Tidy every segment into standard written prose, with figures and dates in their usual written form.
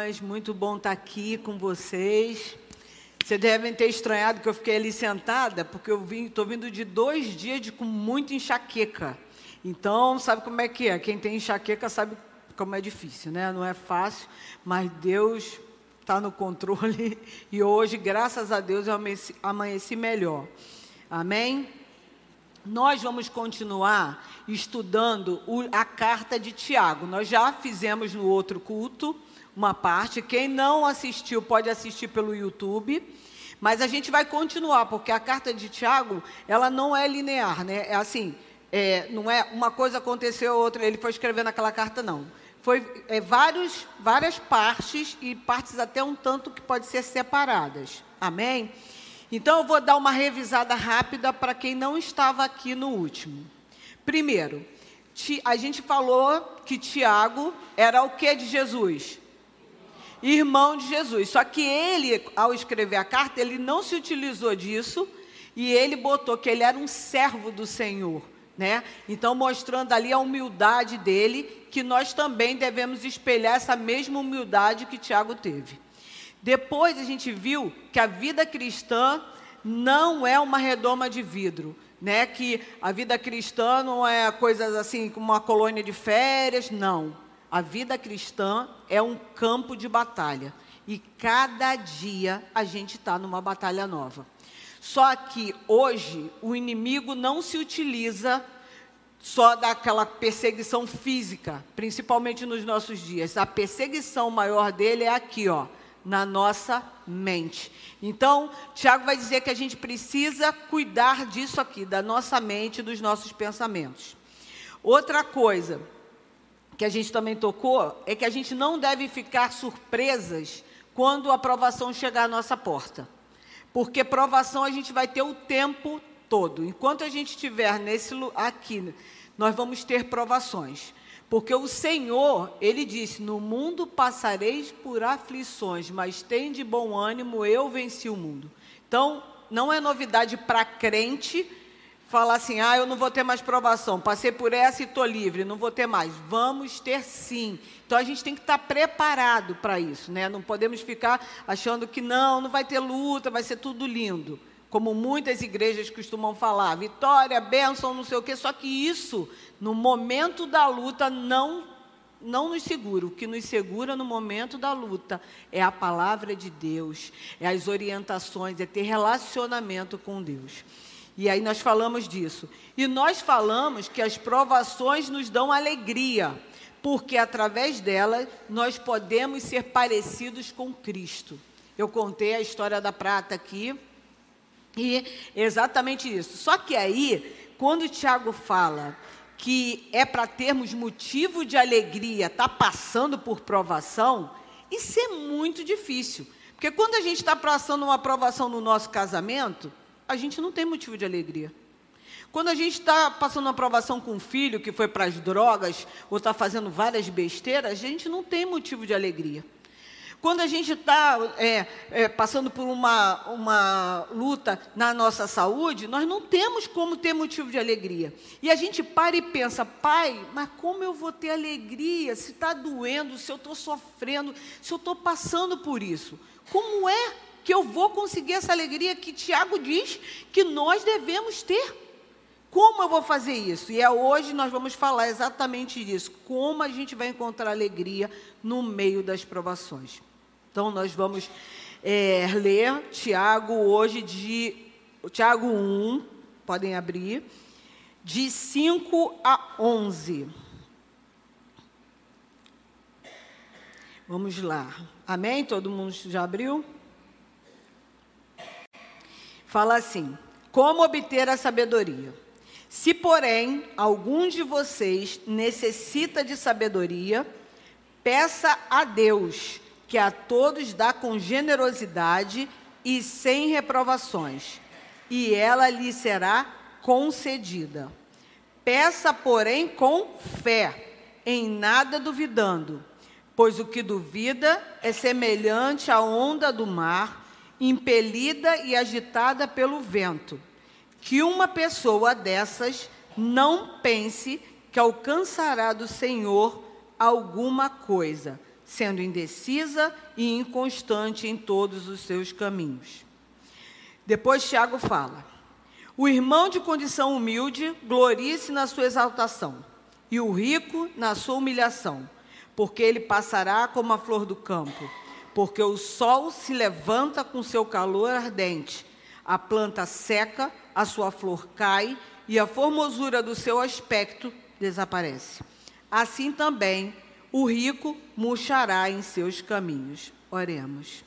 irmãs, muito bom estar aqui com vocês. Vocês devem ter estranhado que eu fiquei ali sentada, porque eu estou vindo de 2 dias com muita enxaqueca. Então, sabe como é que é? Quem tem enxaqueca sabe como é difícil, né? Não é fácil, mas Deus está no controle. E hoje, graças a Deus, eu amanheci melhor. Amém? Nós vamos continuar estudando a carta de Tiago. Nós já fizemos no outro culto uma parte. Quem não assistiu pode assistir pelo YouTube. Mas a gente vai continuar, porque a carta de Tiago, ela não é linear, né? É assim, não é uma coisa aconteceu, outra, ele foi escrevendo aquela carta, não. Foi várias partes, e partes até um tanto que podem ser separadas. Amém? Então, eu vou dar uma revisada rápida para quem não estava aqui no último. Primeiro, a gente falou que Tiago era o que de Jesus? Irmão de Jesus. Só que ele, ao escrever a carta, ele não se utilizou disso e ele botou que ele era um servo do Senhor, né? Então, mostrando ali a humildade dele, que nós também devemos espelhar essa mesma humildade que Tiago teve. Depois a gente viu que a vida cristã não é uma redoma de vidro, né? Que a vida cristã não é coisas assim como uma colônia de férias, não. A vida cristã é um campo de batalha e cada dia a gente está numa batalha nova. Só que hoje o inimigo não se utiliza só daquela perseguição física, principalmente nos nossos dias. A perseguição maior dele é aqui, ó, na nossa mente. Então, Tiago vai dizer que a gente precisa cuidar disso aqui, da nossa mente, dos nossos pensamentos. Outra coisa que a gente também tocou é que a gente não deve ficar surpresas quando a provação chegar à nossa porta. Porque provação a gente vai ter o tempo todo. Enquanto a gente estiver aqui, nós vamos ter provações. Porque o Senhor, Ele disse, no mundo passareis por aflições, mas tende bom ânimo, eu venci o mundo. Então, não é novidade para crente falar assim, eu não vou ter mais provação, passei por essa e estou livre, não vou ter mais. Vamos ter sim. Então, a gente tem que estar preparado para isso, né? Não podemos ficar achando que não vai ter luta, vai ser tudo lindo. Como muitas igrejas costumam falar, vitória, bênção, não sei o quê, só que isso, no momento da luta, não nos segura. O que nos segura no momento da luta é a palavra de Deus, é as orientações, é ter relacionamento com Deus. E aí nós falamos disso. E nós falamos que as provações nos dão alegria, porque através delas nós podemos ser parecidos com Cristo. Eu contei a história da prata aqui, e exatamente isso. Só que aí, quando o Tiago fala que é para termos motivo de alegria, tá passando por provação, isso é muito difícil. Porque quando a gente está passando uma provação no nosso casamento, a gente não tem motivo de alegria. Quando a gente está passando uma provação com um filho que foi para as drogas, ou está fazendo várias besteiras, a gente não tem motivo de alegria. Quando a gente está passando por uma luta na nossa saúde, nós não temos como ter motivo de alegria. E a gente para e pensa, pai, mas como eu vou ter alegria se está doendo, se eu estou sofrendo, se eu estou passando por isso? Como é que eu vou conseguir essa alegria que Tiago diz que nós devemos ter? Como eu vou fazer isso? E hoje nós vamos falar exatamente disso. Como a gente vai encontrar alegria no meio das provações. Então, nós vamos ler Tiago hoje Tiago 1, podem abrir, de 5 a 11. Vamos lá. Amém? Todo mundo já abriu? Fala assim, como obter a sabedoria? Se, porém, algum de vocês necessita de sabedoria, peça a Deus, que a todos dá com generosidade e sem reprovações, e ela lhe será concedida. Peça, porém, com fé, em nada duvidando, pois o que duvida é semelhante à onda do mar, impelida e agitada pelo vento. Que uma pessoa dessas não pense que alcançará do Senhor alguma coisa. sendo indecisa e inconstante em todos os seus caminhos. Depois Tiago fala: o irmão de condição humilde glorie-se na sua exaltação, e o rico na sua humilhação, porque ele passará como a flor do campo, porque o sol se levanta com seu calor ardente, a planta seca, a sua flor cai, e a formosura do seu aspecto desaparece. Assim também o rico murchará em seus caminhos. Oremos.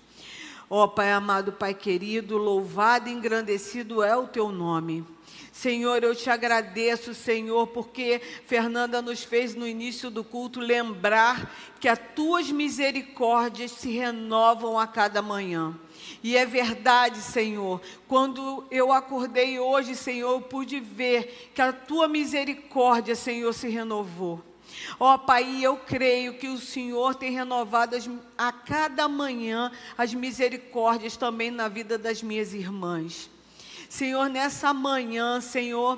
Ó Pai amado, Pai querido, louvado e engrandecido é o teu nome. Senhor, eu te agradeço, Senhor, porque Fernanda nos fez no início do culto lembrar que as tuas misericórdias se renovam a cada manhã. E é verdade, Senhor, quando eu acordei hoje, Senhor, eu pude ver que a tua misericórdia, Senhor, se renovou. Ó Pai, eu creio que o Senhor tem renovado a cada manhã as misericórdias também na vida das minhas irmãs. Senhor, nessa manhã, Senhor,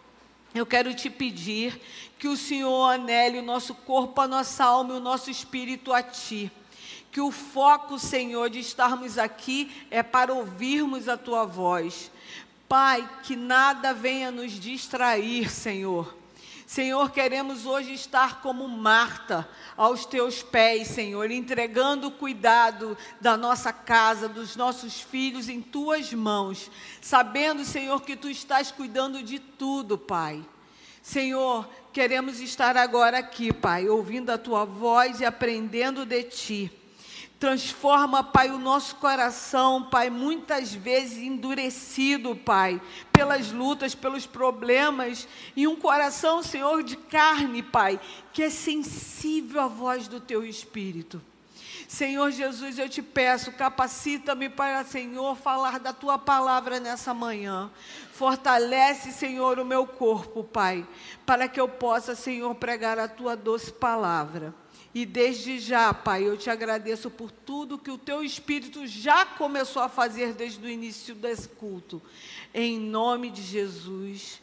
eu quero te pedir que o Senhor anele o nosso corpo, a nossa alma e o nosso espírito a Ti. Que o foco, Senhor, de estarmos aqui é para ouvirmos a Tua voz. Pai, que nada venha nos distrair, Senhor. Senhor, queremos hoje estar como Marta, aos Teus pés, Senhor, entregando o cuidado da nossa casa, dos nossos filhos em Tuas mãos, sabendo, Senhor, que Tu estás cuidando de tudo, Pai. Senhor, queremos estar agora aqui, Pai, ouvindo a Tua voz e aprendendo de Ti. Transforma, Pai, o nosso coração, Pai, muitas vezes endurecido, Pai, pelas lutas, pelos problemas, e um coração, Senhor, de carne, Pai, que é sensível à voz do Teu Espírito. Senhor Jesus, eu te peço, capacita-me para, Senhor, falar da Tua palavra nessa manhã. Fortalece, Senhor, o meu corpo, Pai, para que eu possa, Senhor, pregar a Tua doce palavra. E desde já, Pai, eu te agradeço por tudo que o Teu Espírito já começou a fazer desde o início desse culto. Em nome de Jesus,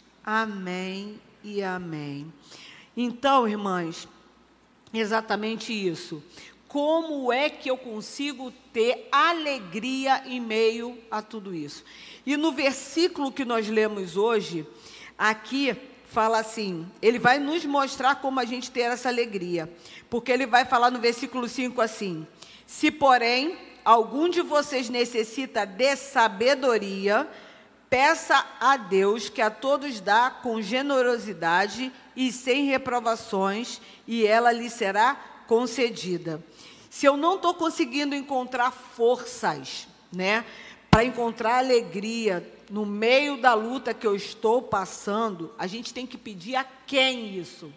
amém e amém. Então, irmãs, exatamente isso. Como é que eu consigo ter alegria em meio a tudo isso? E no versículo que nós lemos hoje, aqui fala assim, ele vai nos mostrar como a gente ter essa alegria. Porque ele vai falar no versículo 5 assim: se, porém, algum de vocês necessita de sabedoria, peça a Deus, que a todos dá com generosidade e sem reprovações, e ela lhe será concedida. Se eu não estou conseguindo encontrar forças, né, para encontrar alegria no meio da luta que eu estou passando, a gente tem que pedir a quem isso?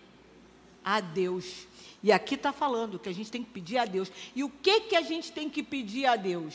A Deus. E aqui está falando que a gente tem que pedir a Deus. E o que a gente tem que pedir a Deus?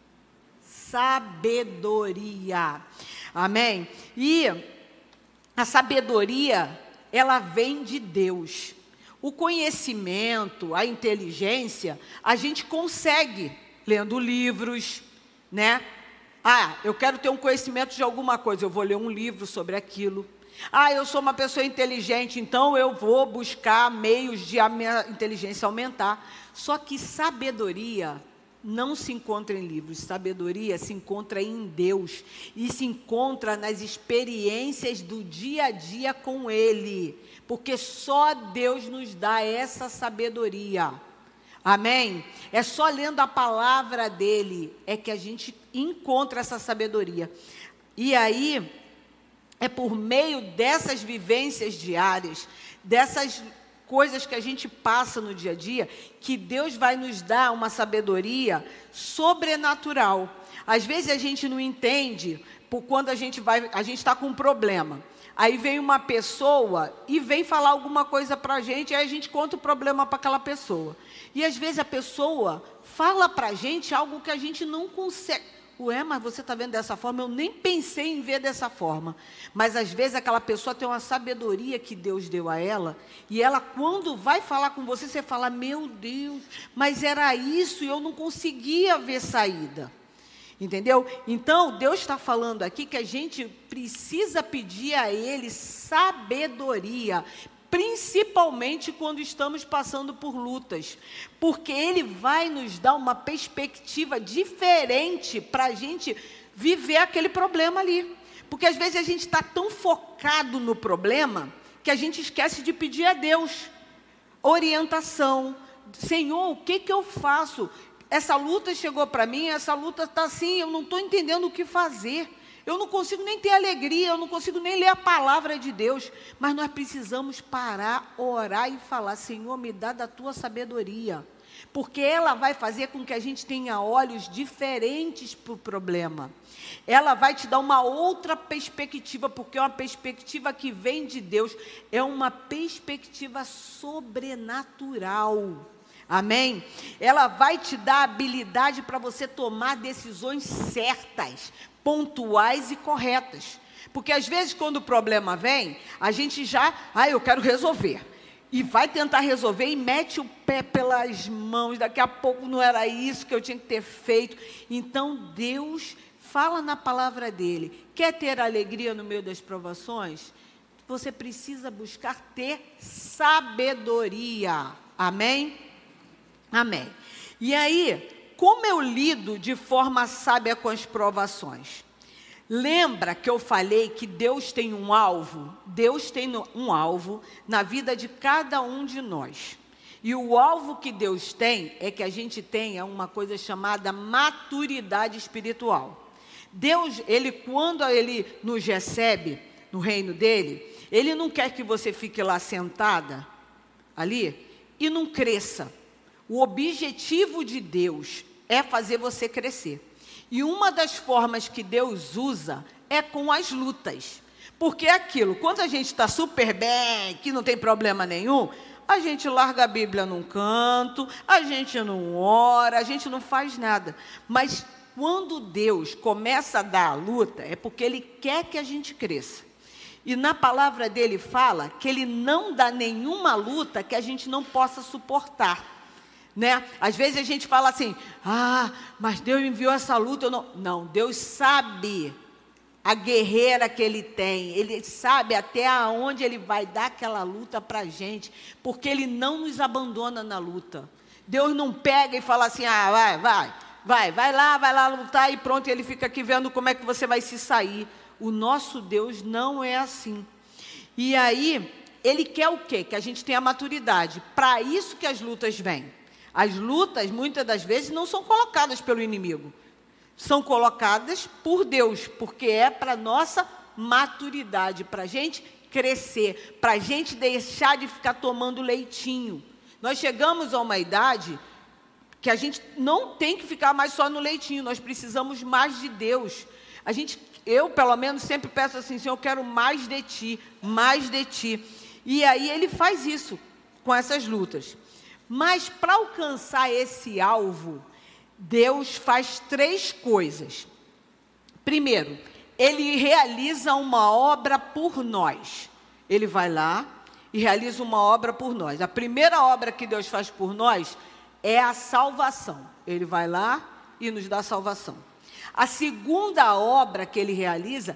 Sabedoria. Amém? E a sabedoria, ela vem de Deus. O conhecimento, a inteligência, a gente consegue lendo livros, né? Ah, eu quero ter um conhecimento de alguma coisa, eu vou ler um livro sobre aquilo. Ah, eu sou uma pessoa inteligente, então eu vou buscar meios de a minha inteligência aumentar. Só que sabedoria não se encontra em livros, sabedoria se encontra em Deus. E se encontra nas experiências do dia a dia com Ele. Porque só Deus nos dá essa sabedoria. Amém? É só lendo a palavra dEle é que a gente encontra essa sabedoria. E aí, é por meio dessas vivências diárias, dessas coisas que a gente passa no dia a dia, que Deus vai nos dar uma sabedoria sobrenatural. Às vezes a gente não entende, por quando a gente está com um problema. Aí vem uma pessoa e vem falar alguma coisa para a gente, aí a gente conta o problema para aquela pessoa. E às vezes a pessoa fala para a gente algo que a gente não consegue. Ué, mas você está vendo dessa forma? Eu nem pensei em ver dessa forma. Mas às vezes aquela pessoa tem uma sabedoria que Deus deu a ela, e ela, quando vai falar com você, você fala, meu Deus, mas era isso e eu não conseguia ver saída. Entendeu? Então, Deus está falando aqui que a gente precisa pedir a Ele sabedoria. principalmente quando estamos passando por lutas, porque Ele vai nos dar uma perspectiva diferente para a gente viver aquele problema ali. Porque às vezes a gente está tão focado no problema que a gente esquece de pedir a Deus orientação. Senhor, o que eu faço? Essa luta chegou para mim, essa luta está assim, eu não estou entendendo o que fazer. Eu não consigo nem ter alegria, eu não consigo nem ler a palavra de Deus. Mas nós precisamos parar, orar e falar, Senhor, me dá da tua sabedoria. Porque ela vai fazer com que a gente tenha olhos diferentes para o problema. Ela vai te dar uma outra perspectiva, porque é uma perspectiva que vem de Deus, é uma perspectiva sobrenatural. Amém? Ela vai te dar habilidade para você tomar decisões certas, pontuais e corretas. Porque às vezes quando o problema vem, a gente já, eu quero resolver. E vai tentar resolver e mete o pé pelas mãos. Daqui a pouco não era isso que eu tinha que ter feito. Então Deus fala na palavra dele. Quer ter alegria no meio das provações? Você precisa buscar ter sabedoria. Amém? Amém. E aí, como eu lido de forma sábia com as provações? Lembra que eu falei que Deus tem um alvo? Deus tem um alvo na vida de cada um de nós. E o alvo que Deus tem é que a gente tenha uma coisa chamada maturidade espiritual. Deus, quando Ele nos recebe no reino dEle, Ele não quer que você fique lá sentada, ali, e não cresça. O objetivo de Deus é fazer você crescer. E uma das formas que Deus usa é com as lutas. Porque é aquilo, quando a gente está super bem, que não tem problema nenhum, a gente larga a Bíblia num canto, a gente não ora, a gente não faz nada. Mas quando Deus começa a dar a luta, é porque Ele quer que a gente cresça. E na palavra dele fala que Ele não dá nenhuma luta que a gente não possa suportar. Né? Às vezes a gente fala assim, mas Deus enviou essa luta, eu não. Não, Deus sabe a guerreira que Ele tem, Ele sabe até aonde Ele vai dar aquela luta para a gente, porque Ele não nos abandona na luta. Deus não pega e fala assim, vai lá lutar e pronto, e Ele fica aqui vendo como é que você vai se sair. O nosso Deus não é assim. E aí, Ele quer o quê? Que a gente tenha maturidade. Para isso que as lutas vêm. As lutas, muitas das vezes, não são colocadas pelo inimigo. São colocadas por Deus, porque é para a nossa maturidade, para a gente crescer, para a gente deixar de ficar tomando leitinho. Nós chegamos a uma idade que a gente não tem que ficar mais só no leitinho, nós precisamos mais de Deus. Eu, pelo menos, sempre peço assim, Senhor, eu quero mais de Ti, mais de Ti. E aí Ele faz isso com essas lutas. Mas para alcançar esse alvo, Deus faz 3 coisas. Primeiro, Ele realiza uma obra por nós. Ele vai lá e realiza uma obra por nós. A primeira obra que Deus faz por nós é a salvação. Ele vai lá e nos dá salvação. A segunda obra que Ele realiza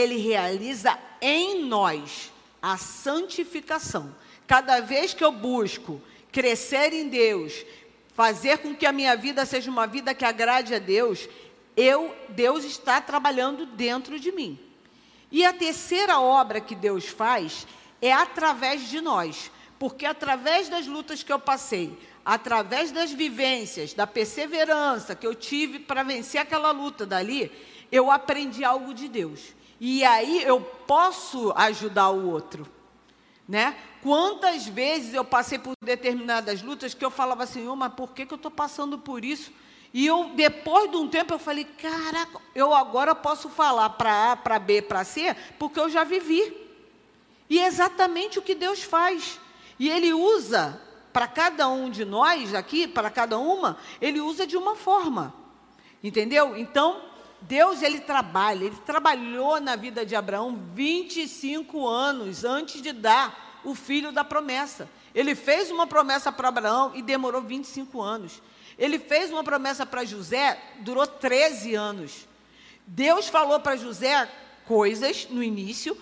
em nós a santificação. Cada vez que eu busco crescer em Deus, fazer com que a minha vida seja uma vida que agrade a Deus, Deus está trabalhando dentro de mim. E a terceira obra que Deus faz é através de nós, porque através das lutas que eu passei, através das vivências, da perseverança que eu tive para vencer aquela luta dali, eu aprendi algo de Deus. E aí eu posso ajudar o outro. Né? Quantas vezes eu passei por determinadas lutas que eu falava assim, mas por que eu estou passando por isso? E depois de um tempo eu falei, caraca, eu agora posso falar para A, para B, para C, porque eu já vivi. E é exatamente o que Deus faz. E Ele usa, para cada um de nós aqui, para cada uma, Ele usa de uma forma. Entendeu? Então, Deus, Ele trabalhou na vida de Abraão 25 anos antes de dar o filho da promessa. Ele fez uma promessa para Abraão e demorou 25 anos. Ele fez uma promessa para José, durou 13 anos. Deus falou para José coisas no início,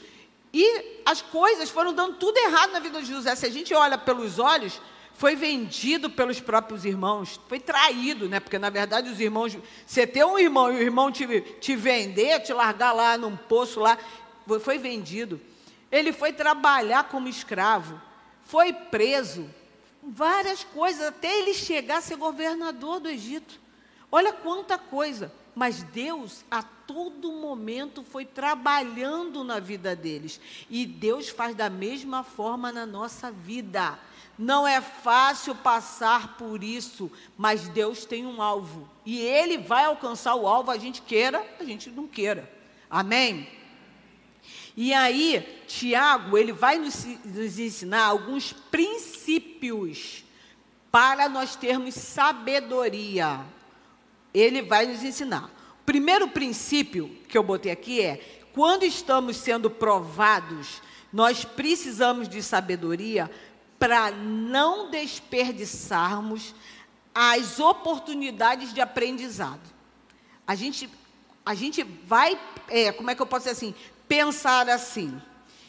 E as coisas foram dando tudo errado na vida de José. Se a gente olha pelos olhos, foi vendido pelos próprios irmãos, foi traído, né? Porque, na verdade, os irmãos... Você ter um irmão e o irmão te vender, te largar lá num poço lá, foi vendido. Ele foi trabalhar como escravo, foi preso, várias coisas, até ele chegar a ser governador do Egito. Olha quanta coisa. Mas Deus, a todo momento, foi trabalhando na vida deles. E Deus faz da mesma forma na nossa vida. Não é fácil passar por isso, mas Deus tem um alvo. E Ele vai alcançar o alvo, a gente queira, a gente não queira. Amém? E aí, Tiago, ele vai nos ensinar alguns princípios para nós termos sabedoria. Ele vai nos ensinar. O primeiro princípio que eu botei aqui é: quando estamos sendo provados, nós precisamos de sabedoria para não desperdiçarmos as oportunidades de aprendizado. A gente vai, como é que eu posso dizer assim, pensar assim,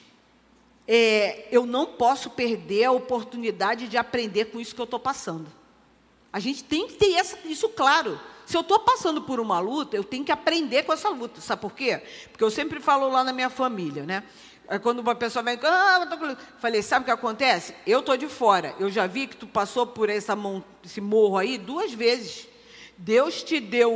eu não posso perder a oportunidade de aprender com isso que eu estou passando. A gente tem que ter isso claro. Se eu estou passando por uma luta, eu tenho que aprender com essa luta. Sabe por quê? Porque eu sempre falo lá na minha família, né? Quando uma pessoa vem, falei, sabe o que acontece? Eu estou de fora. Eu já vi que tu passou por esse morro aí 2 vezes. Deus te deu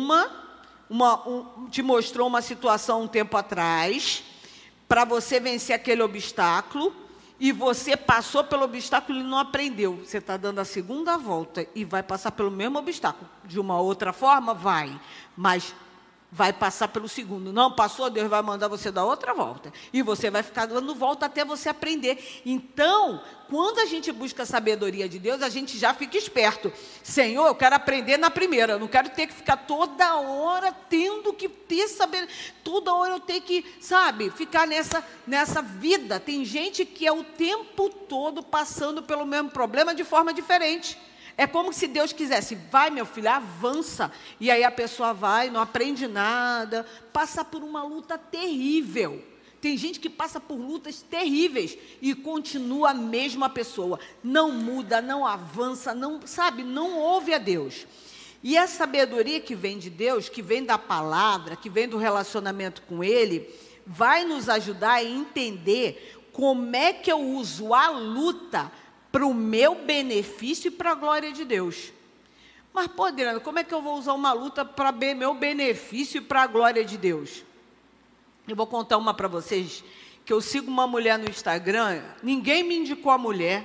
te mostrou uma situação um tempo atrás, para você vencer aquele obstáculo, e você passou pelo obstáculo e não aprendeu. Você está dando a segunda volta e vai passar pelo mesmo obstáculo. De uma outra forma, vai, mas vai passar pelo segundo. Não passou, Deus vai mandar você dar outra volta. E você vai ficar dando volta até você aprender. Então, quando a gente busca a sabedoria de Deus, a gente já fica esperto. Senhor, eu quero aprender na primeira. Eu não quero ter que ficar toda hora tendo que ter saber. Toda hora eu tenho que, ficar nessa vida. Tem gente que é o tempo todo passando pelo mesmo problema de forma diferente. É como se Deus quisesse, vai, meu filho, avança. E aí a pessoa vai, não aprende nada, passa por uma luta terrível. Tem gente que passa por lutas terríveis e continua a mesma pessoa. Não muda, não avança, não ouve a Deus. E a sabedoria que vem de Deus, que vem da palavra, que vem do relacionamento com Ele, vai nos ajudar a entender como é que eu uso a luta para o meu benefício e para a glória de Deus. Mas, pô, Adriana, como é que eu vou usar uma luta para meu benefício e para a glória de Deus? Eu vou contar uma para vocês, que eu sigo uma mulher no Instagram, ninguém me indicou a mulher,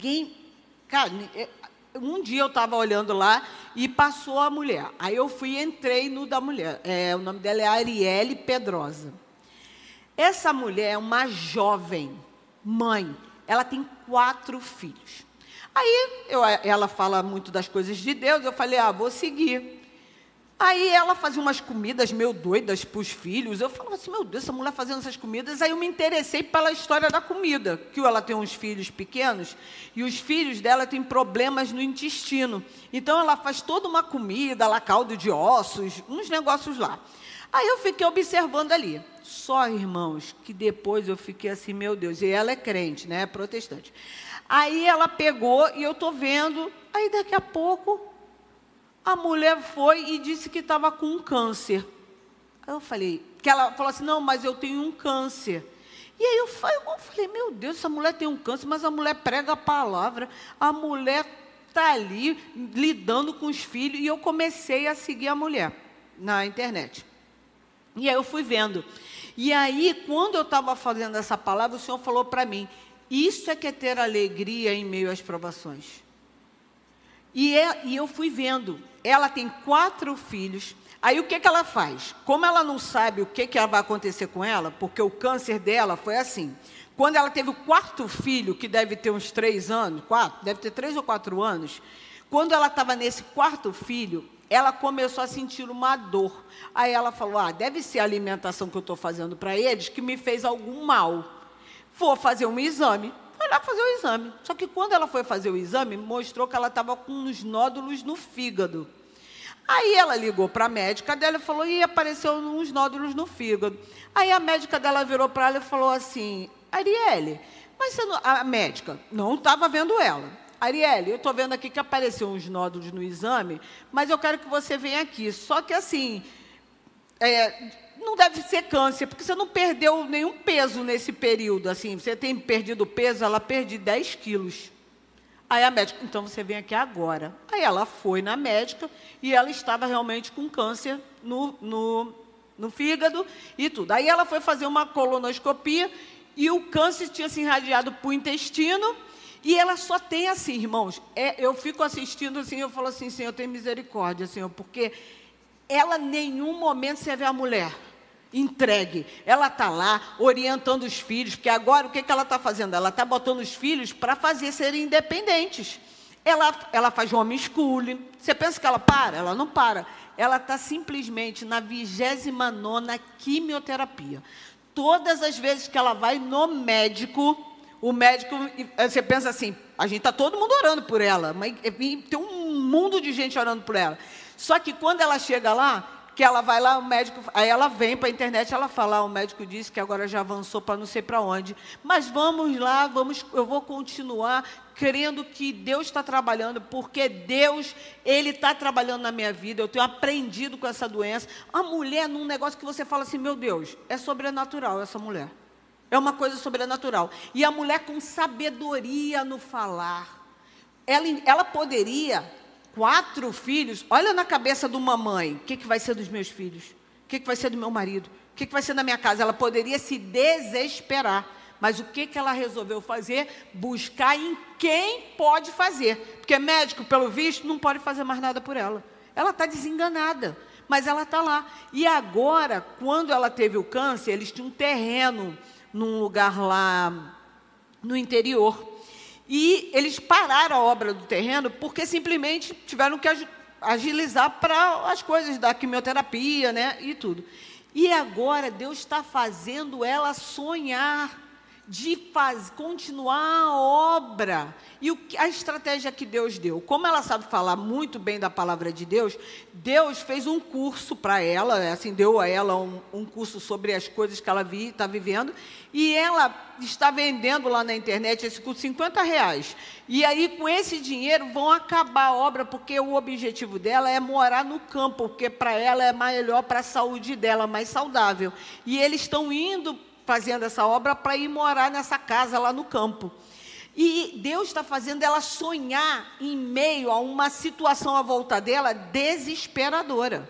cara, um dia eu estava olhando lá e passou a mulher. Aí eu entrei no da mulher, o nome dela é Arielle Pedrosa. Essa mulher é uma jovem mãe. Ela tem 4 filhos. Aí, ela fala muito das coisas de Deus, eu falei, vou seguir. Aí, ela fazia umas comidas meio doidas para os filhos. Eu falava assim, meu Deus, essa mulher fazendo essas comidas. Aí, eu me interessei pela história da comida, que ela tem uns filhos pequenos, e os filhos dela têm problemas no intestino. Então, ela faz toda uma comida, lá, caldo de ossos, uns negócios lá. Aí, eu fiquei observando ali. Só, irmãos, que depois eu fiquei assim, meu Deus, e ela é crente, né, protestante. Aí ela pegou e eu estou vendo, aí daqui a pouco a mulher foi e disse que estava com um câncer. Aí eu falei, que ela falou assim, não, mas eu tenho um câncer. E aí eu falei, meu Deus, essa mulher tem um câncer, mas a mulher prega a palavra, a mulher está ali lidando com os filhos, e eu comecei a seguir a mulher na internet. E aí eu fui vendo. E aí, quando eu estava fazendo essa palavra, o Senhor falou para mim, isso é que é ter alegria em meio às provações. E eu fui vendo. Ela tem 4 filhos. Aí, o que ela faz? Como ela não sabe o que vai acontecer com ela, porque o câncer dela foi assim. Quando ela teve o 4º filho, que deve ter uns 3 anos, 4, deve ter 3 ou 4 anos, quando ela estava nesse 4º filho, ela começou a sentir uma dor. Aí ela falou, deve ser a alimentação que eu estou fazendo para eles que me fez algum mal. Vou fazer um exame. Foi lá fazer o exame. Só que quando ela foi fazer o exame, mostrou que ela estava com uns nódulos no fígado. Aí ela ligou para a médica dela e falou, e apareceu uns nódulos no fígado. Aí a médica dela virou para ela e falou assim, Arielle, mas você não... a médica não estava vendo ela. Arielle, eu estou vendo aqui que apareceu uns nódulos no exame, mas eu quero que você venha aqui. Só que assim, não deve ser câncer, porque você não perdeu nenhum peso nesse período. Assim, você tem perdido peso, ela perdeu 10 quilos. Aí a médica, então você vem aqui agora. Aí ela foi na médica e ela estava realmente com câncer no fígado e tudo. Aí ela foi fazer uma colonoscopia e o câncer tinha se irradiado para o intestino e ela só tem assim, irmãos, eu fico assistindo assim, eu falo assim, Senhor, tem misericórdia, Senhor, porque ela em nenhum momento você vê a mulher entregue, ela está lá orientando os filhos, porque agora o que ela está fazendo? Ela está botando os filhos para serem independentes. Ela faz homeschooling. Você pensa que ela para? Ela não para. Ela está simplesmente na 29ª quimioterapia. Todas as vezes que ela vai no médico, o médico, você pensa assim, a gente está todo mundo orando por ela, mas tem um mundo de gente orando por ela. Só que quando ela chega lá, que ela vai lá, o médico, aí ela vem para a internet, ela fala, o médico disse que agora já avançou para não sei para onde, mas vamos lá, eu vou continuar crendo que Deus está trabalhando, porque Deus, Ele está trabalhando na minha vida, eu tenho aprendido com essa doença. A mulher, num negócio que você fala assim, meu Deus, é sobrenatural essa mulher, é uma coisa sobrenatural, e a mulher com sabedoria no falar, ela poderia... 4 filhos, olha na cabeça de uma mãe, o que vai ser dos meus filhos? O que vai ser do meu marido? O que vai ser da minha casa? Ela poderia se desesperar, mas o que ela resolveu fazer? Buscar em quem pode fazer, porque médico, pelo visto, não pode fazer mais nada por ela. Ela está desenganada, mas ela está lá. E agora, quando ela teve o câncer, eles tinham um terreno num lugar lá no interior, e eles pararam a obra do terreno porque simplesmente tiveram que agilizar para as coisas da quimioterapia, né, e tudo. E agora Deus está fazendo ela sonhar de continuar a obra. E a estratégia que Deus deu, como ela sabe falar muito bem da palavra de Deus, Deus fez um curso para ela, assim, deu a ela um curso sobre as coisas que ela está vivendo, e ela está vendendo lá na internet esse curso R$50. E aí, com esse dinheiro, vão acabar a obra, porque o objetivo dela é morar no campo, porque para ela é melhor para a saúde dela, mais saudável. E eles estão indo fazendo essa obra para ir morar nessa casa lá no campo. E Deus está fazendo ela sonhar em meio a uma situação à volta dela desesperadora.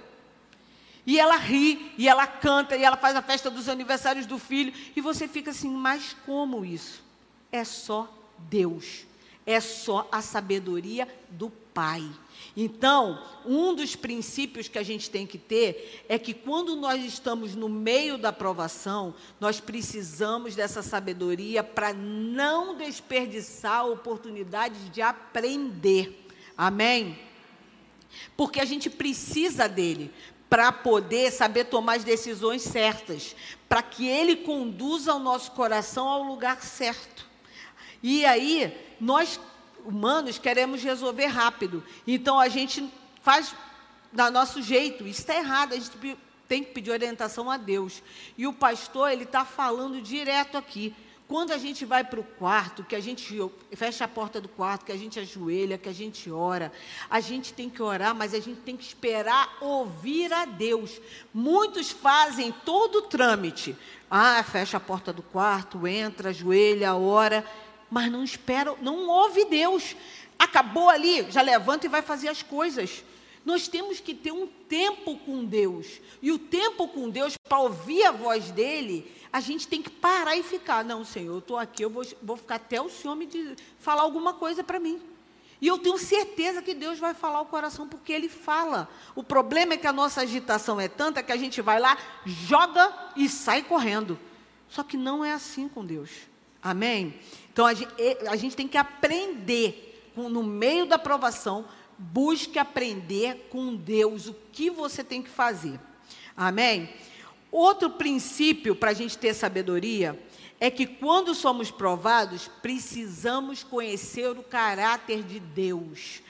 E ela ri, e ela canta, e ela faz a festa dos aniversários do filho, e você fica assim, mas como isso? É só Deus, é só a sabedoria do Pai. Então, um dos princípios que a gente tem que ter é que quando nós estamos no meio da provação, nós precisamos dessa sabedoria para não desperdiçar a oportunidade de aprender. Amém? Porque a gente precisa dele para poder saber tomar as decisões certas, para que ele conduza o nosso coração ao lugar certo. E aí, nós humanos queremos resolver rápido, então a gente faz do nosso jeito. Isso está errado, a gente tem que pedir orientação a Deus. E o pastor, ele está falando direto aqui, quando a gente vai para o quarto, que a gente fecha a porta do quarto, que a gente ajoelha, que a gente ora, a gente tem que orar, mas a gente tem que esperar ouvir a Deus. Muitos fazem todo o trâmite, fecha a porta do quarto, entra, ajoelha, ora, mas não espera, não ouve Deus. Acabou ali, já levanta e vai fazer as coisas. Nós temos que ter um tempo com Deus. E o tempo com Deus, para ouvir a voz dEle, a gente tem que parar e ficar. Não, Senhor, eu estou aqui, eu vou ficar até o Senhor me falar alguma coisa para mim. E eu tenho certeza que Deus vai falar o coração, porque Ele fala. O problema é que a nossa agitação é tanta que a gente vai lá, joga e sai correndo. Só que não é assim com Deus. Amém? Então, a gente tem que aprender, no meio da provação, busque aprender com Deus o que você tem que fazer. Amém? Outro princípio para a gente ter sabedoria é que quando somos provados, precisamos conhecer o caráter de Deus.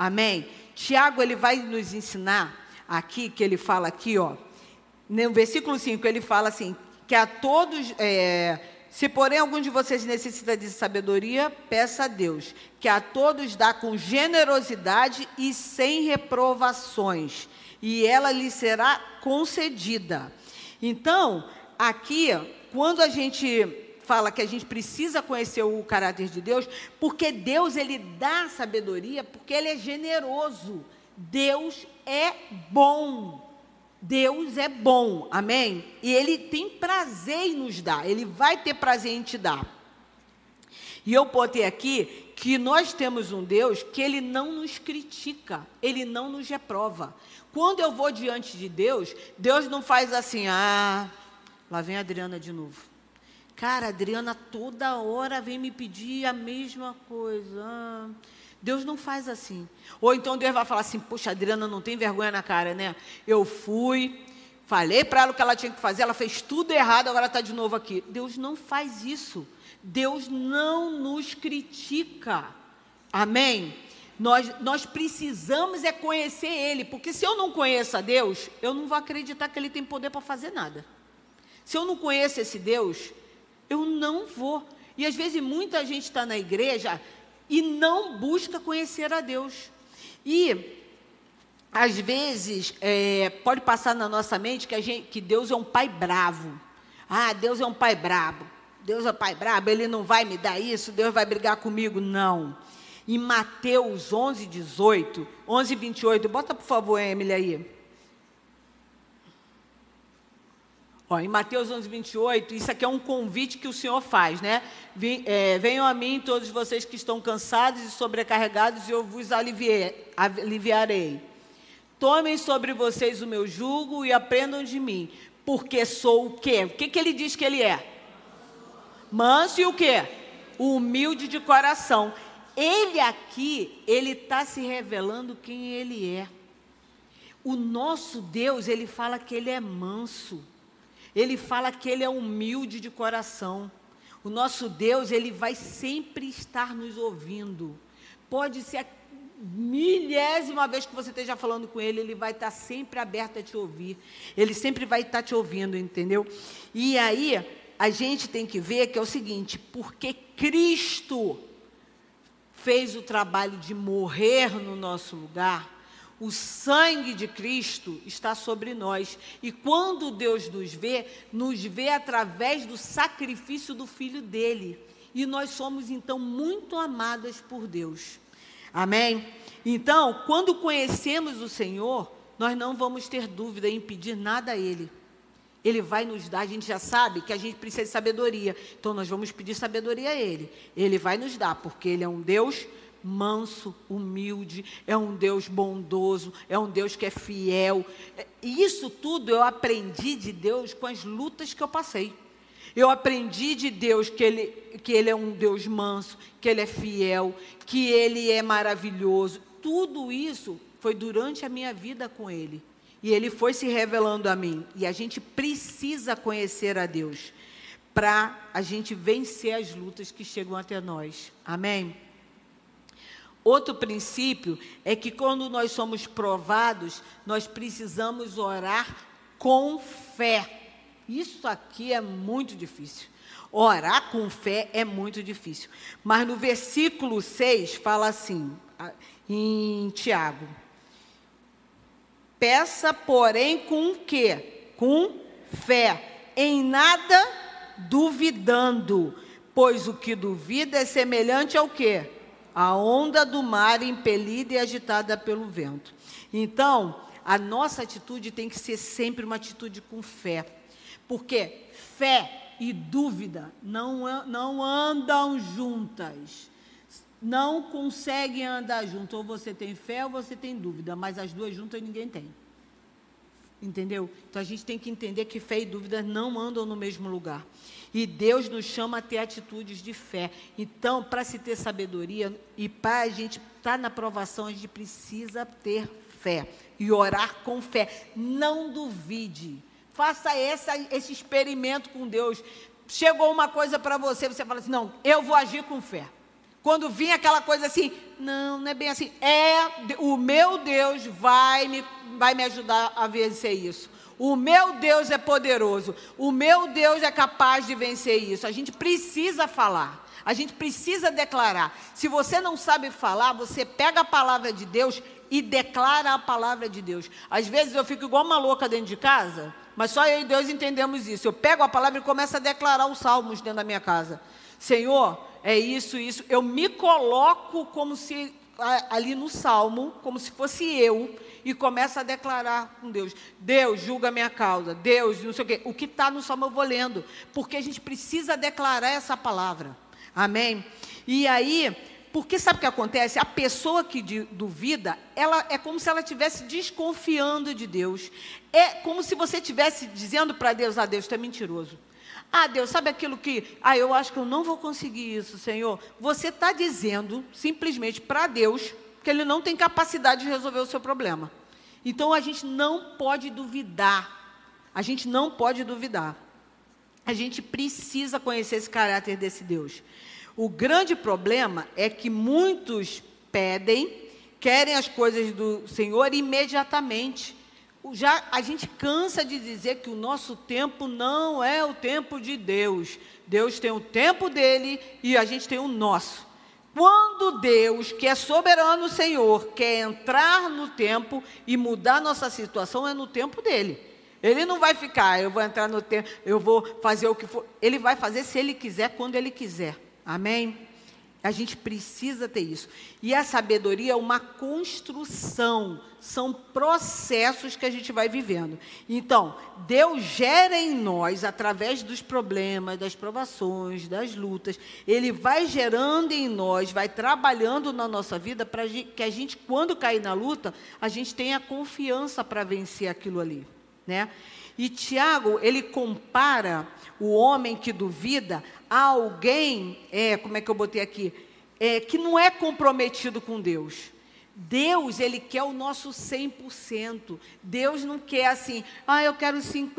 Amém? Tiago, ele vai nos ensinar aqui, que ele fala aqui, ó, no versículo 5, ele fala assim, que a todos, se porém algum de vocês necessita de sabedoria, peça a Deus, que a todos dá com generosidade e sem reprovações, e ela lhe será concedida. Então, aqui, quando a gente fala que a gente precisa conhecer o caráter de Deus, porque Deus, ele dá sabedoria, porque ele é generoso. Deus é bom. Deus é bom, amém? E ele tem prazer em nos dar, ele vai ter prazer em te dar. E eu botei aqui que nós temos um Deus que ele não nos critica, ele não nos reprova. Quando eu vou diante de Deus, Deus não faz assim, lá vem a Adriana de novo. Cara, a Adriana toda hora vem me pedir a mesma coisa. Deus não faz assim. Ou então Deus vai falar assim, poxa, a Adriana não tem vergonha na cara, né? Eu fui, falei para ela o que ela tinha que fazer, ela fez tudo errado, agora está de novo aqui. Deus não faz isso. Deus não nos critica. Amém? Nós precisamos é conhecer Ele, porque se eu não conheço a Deus, eu não vou acreditar que Ele tem poder para fazer nada. Se eu não conheço esse Deus, eu não vou. E às vezes muita gente está na igreja e não busca conhecer a Deus. E às vezes pode passar na nossa mente que Deus é um pai bravo. Deus é um pai bravo. Deus é um pai bravo, Ele não vai me dar isso, Deus vai brigar comigo. Não. Em Mateus 11, 28, bota por favor, Emily, aí. Em Mateus 11, 28, isso aqui é um convite que o Senhor faz, né? Venham a mim todos vocês que estão cansados e sobrecarregados e eu vos aliviarei. Tomem sobre vocês o meu jugo e aprendam de mim, porque sou o quê? O que ele diz que ele é? Manso e o quê? Humilde de coração. Ele aqui, ele está se revelando quem ele é. O nosso Deus, ele fala que ele é manso. Ele fala que ele é humilde de coração. O nosso Deus, ele vai sempre estar nos ouvindo. Pode ser a milésima vez que você esteja falando com ele, ele vai estar sempre aberto a te ouvir. Ele sempre vai estar te ouvindo, entendeu? E aí, a gente tem que ver que é o seguinte, porque Cristo fez o trabalho de morrer no nosso lugar, o sangue de Cristo está sobre nós. E quando Deus nos vê através do sacrifício do Filho dele. E nós somos, então, muito amadas por Deus. Amém? Então, quando conhecemos o Senhor, nós não vamos ter dúvida em pedir nada a Ele. Ele vai nos dar, a gente já sabe que a gente precisa de sabedoria. Então, nós vamos pedir sabedoria a Ele. Ele vai nos dar, porque Ele é um Deus manso, humilde, é um Deus bondoso, é um Deus que é fiel. E isso tudo eu aprendi de Deus com as lutas que eu passei. Eu aprendi de Deus que ele é um Deus manso, que Ele é fiel, que Ele é maravilhoso. Tudo isso foi durante a minha vida com Ele. E Ele foi se revelando a mim. E a gente precisa conhecer a Deus para a gente vencer as lutas que chegam até nós. Amém? Outro princípio é que quando nós somos provados, nós precisamos orar com fé. Isso aqui é muito difícil. Orar com fé é muito difícil. Mas no versículo 6 fala assim, em Tiago. Peça, porém, com o quê? Com fé. Em nada duvidando, pois o que duvida é semelhante ao quê? A onda do mar impelida e agitada pelo vento. Então, a nossa atitude tem que ser sempre uma atitude com fé. Porque fé e dúvida não andam juntas. Não conseguem andar juntas. Ou você tem fé ou você tem dúvida. Mas as duas juntas ninguém tem. Entendeu? Então, a gente tem que entender que fé e dúvida não andam no mesmo lugar. E Deus nos chama a ter atitudes de fé. Então, para se ter sabedoria e para a gente estar na provação, a gente precisa ter fé e orar com fé. Não duvide. Faça esse experimento com Deus. Chegou uma coisa para você, você fala assim, não, eu vou agir com fé. Quando vinha aquela coisa assim, não é bem assim. O meu Deus vai me ajudar a vencer isso. O meu Deus é poderoso. O meu Deus é capaz de vencer isso. A gente precisa falar. A gente precisa declarar. Se você não sabe falar, você pega a palavra de Deus e declara a palavra de Deus. Às vezes eu fico igual uma louca dentro de casa, mas só eu e Deus entendemos isso. Eu pego a palavra e começo a declarar os salmos dentro da minha casa. Senhor, é isso, isso. Eu me coloco como se, ali no salmo, como se fosse eu, e começo a declarar com Deus. Deus, julga a minha causa. Deus, não sei o quê. O que está no salmo eu vou lendo, porque a gente precisa declarar essa palavra. Amém? E aí, porque sabe o que acontece? A pessoa que duvida, ela é como se ela estivesse desconfiando de Deus. É como se você estivesse dizendo para Deus, Deus, tu é mentiroso. Deus, sabe aquilo que, eu acho que eu não vou conseguir isso, Senhor. Você está dizendo, simplesmente, para Deus, que Ele não tem capacidade de resolver o seu problema. Então, a gente não pode duvidar. A gente não pode duvidar. A gente precisa conhecer esse caráter desse Deus. O grande problema é que muitos querem as coisas do Senhor imediatamente. A gente cansa de dizer que o nosso tempo não é o tempo de Deus. Deus tem o tempo dele e a gente tem o nosso. Quando Deus, que é soberano Senhor, quer entrar no tempo e mudar nossa situação, é no tempo dele. Ele não vai ficar, eu vou entrar no tempo, eu vou fazer o que for. Ele vai fazer se ele quiser, quando ele quiser. Amém? A gente precisa ter isso. E a sabedoria é uma construção, são processos que a gente vai vivendo. Então, Deus gera em nós, através dos problemas, das provações, das lutas, Ele vai gerando em nós, vai trabalhando na nossa vida, para que a gente, quando cair na luta, a gente tenha confiança para vencer aquilo ali, né? E Tiago, ele compara o homem que duvida a alguém, como é que eu botei aqui? Que não é comprometido com Deus. Deus, Ele quer o nosso 100%. Deus não quer assim, eu quero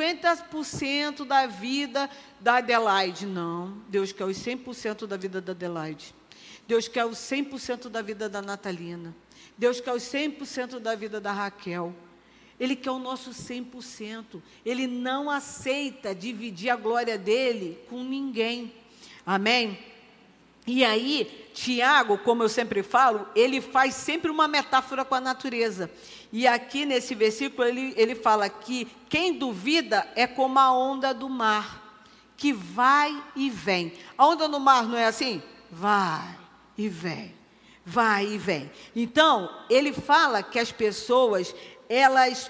50% da vida da Adelaide. Não, Deus quer os 100% da vida da Adelaide. Deus quer os 100% da vida da Natalina. Deus quer os 100% da vida da Raquel. Ele quer o nosso 100%. Ele não aceita dividir a glória dele com ninguém. Amém? E aí, Tiago, como eu sempre falo, ele faz sempre uma metáfora com a natureza. E aqui nesse versículo ele fala que quem duvida é como a onda do mar, que vai e vem. A onda no mar não é assim? Vai e vem, vai e vem. Então, ele fala que as pessoas, elas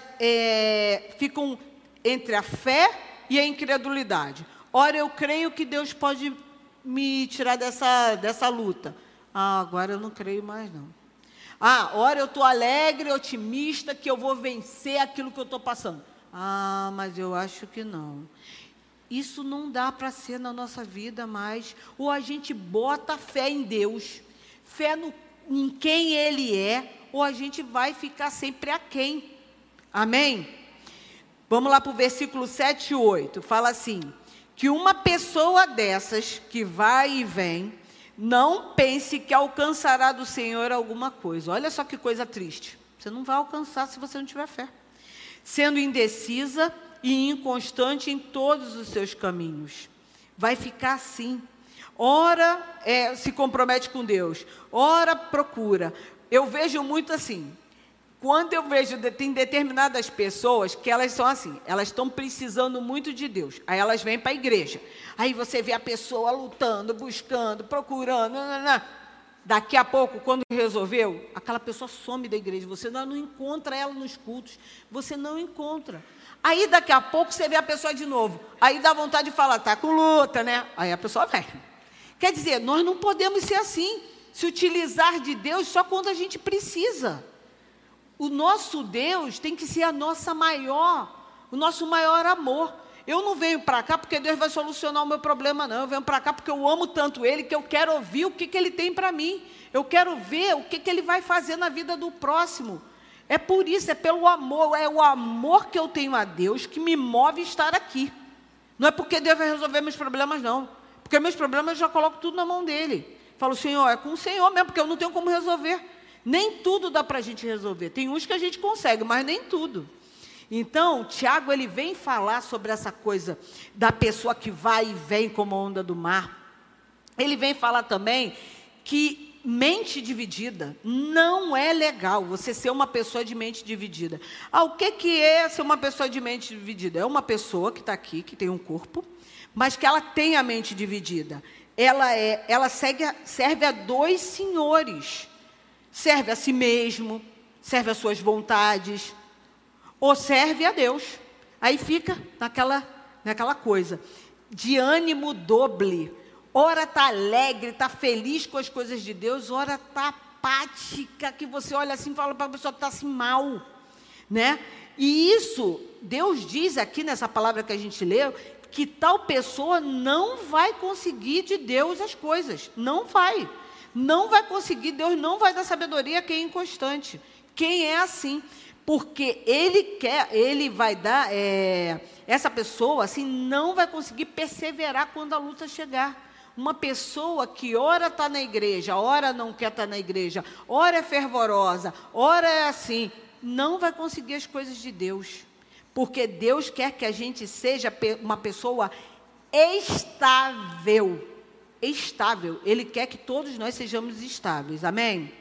ficam entre a fé e a incredulidade. Ora, eu creio que Deus pode me tirar dessa luta. Agora eu não creio mais, não. Ora, eu estou alegre, otimista, que eu vou vencer aquilo que eu estou passando. Mas eu acho que não. Isso não dá para ser na nossa vida mais. Ou a gente bota fé em Deus, fé em quem Ele é, ou a gente vai ficar sempre aquém. Amém? Vamos lá para o versículo 7 e 8. Fala assim, que uma pessoa dessas, que vai e vem, não pense que alcançará do Senhor alguma coisa. Olha só que coisa triste. Você não vai alcançar se você não tiver fé. Sendo indecisa e inconstante em todos os seus caminhos. Vai ficar assim. Ora se compromete com Deus, ora procura. Eu vejo muito assim. Quando eu vejo, tem determinadas pessoas que elas são assim, elas estão precisando muito de Deus. Aí elas vêm para a igreja. Aí você vê a pessoa lutando, buscando, procurando. Daqui a pouco, quando resolveu, aquela pessoa some da igreja. Você não encontra ela nos cultos. Você não encontra. Aí daqui a pouco você vê a pessoa de novo. Aí dá vontade de falar, está com luta, né? Aí a pessoa vem. Quer dizer, nós não podemos ser assim. Se utilizar de Deus só quando a gente precisa. O nosso Deus tem que ser o nosso maior amor. Eu não venho para cá porque Deus vai solucionar o meu problema, não. Eu venho para cá porque eu amo tanto Ele que eu quero ouvir o que Ele tem para mim. Eu quero ver o que Ele vai fazer na vida do próximo. É por isso, é pelo amor, é o amor que eu tenho a Deus que me move a estar aqui. Não é porque Deus vai resolver meus problemas, não. Porque meus problemas eu já coloco tudo na mão dEle. Falo, Senhor, é com o Senhor mesmo, porque eu não tenho como resolver. Nem tudo dá para a gente resolver. Tem uns que a gente consegue, mas nem tudo. Então, Tiago, ele vem falar sobre essa coisa da pessoa que vai e vem como a onda do mar. Ele vem falar também que mente dividida não é legal, você ser uma pessoa de mente dividida. O que é ser uma pessoa de mente dividida? É uma pessoa que está aqui, que tem um corpo, mas que ela tem a mente dividida. Ela serve a dois senhores. Serve a si mesmo, serve às suas vontades, ou serve a Deus. Aí fica naquela coisa de ânimo doble. Ora está alegre, está feliz com as coisas de Deus, ora está apática, que você olha assim e fala para a pessoa que está assim mal, né? E isso, Deus diz aqui nessa palavra que a gente leu, que tal pessoa não vai conseguir de Deus as coisas, não vai conseguir, Deus não vai dar sabedoria a quem é inconstante, quem é assim, porque Ele vai dar, essa pessoa assim não vai conseguir perseverar quando a luta chegar. Uma pessoa que ora está na igreja, ora não quer estar na igreja, ora é fervorosa, ora é assim, não vai conseguir as coisas de Deus, porque Deus quer que a gente seja uma pessoa estável. Ele quer que todos nós sejamos estáveis, amém?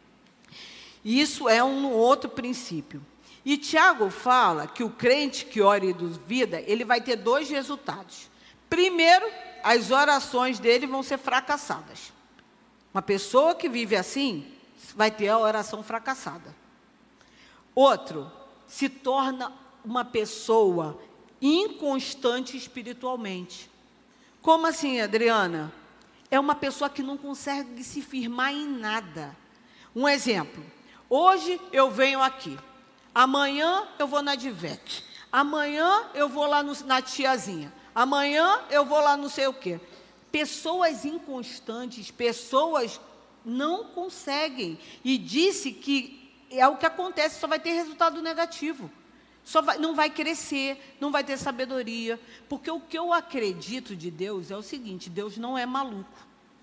Isso é um outro princípio. E Tiago fala que o crente que ora e duvida, ele vai ter dois resultados. Primeiro, as orações dele vão ser fracassadas. Uma pessoa que vive assim, vai ter a oração fracassada. Outro, se torna uma pessoa inconstante espiritualmente. Como assim, Adriana? É uma pessoa que não consegue se firmar em nada. Um exemplo, hoje eu venho aqui, amanhã eu vou na Divec, amanhã eu vou lá na tiazinha, amanhã eu vou lá não sei o quê. Pessoas inconstantes, pessoas não conseguem. E disse que é o que acontece, só vai ter resultado negativo. Não vai crescer, não vai ter sabedoria. Porque o que eu acredito de Deus é o seguinte, Deus não é maluco.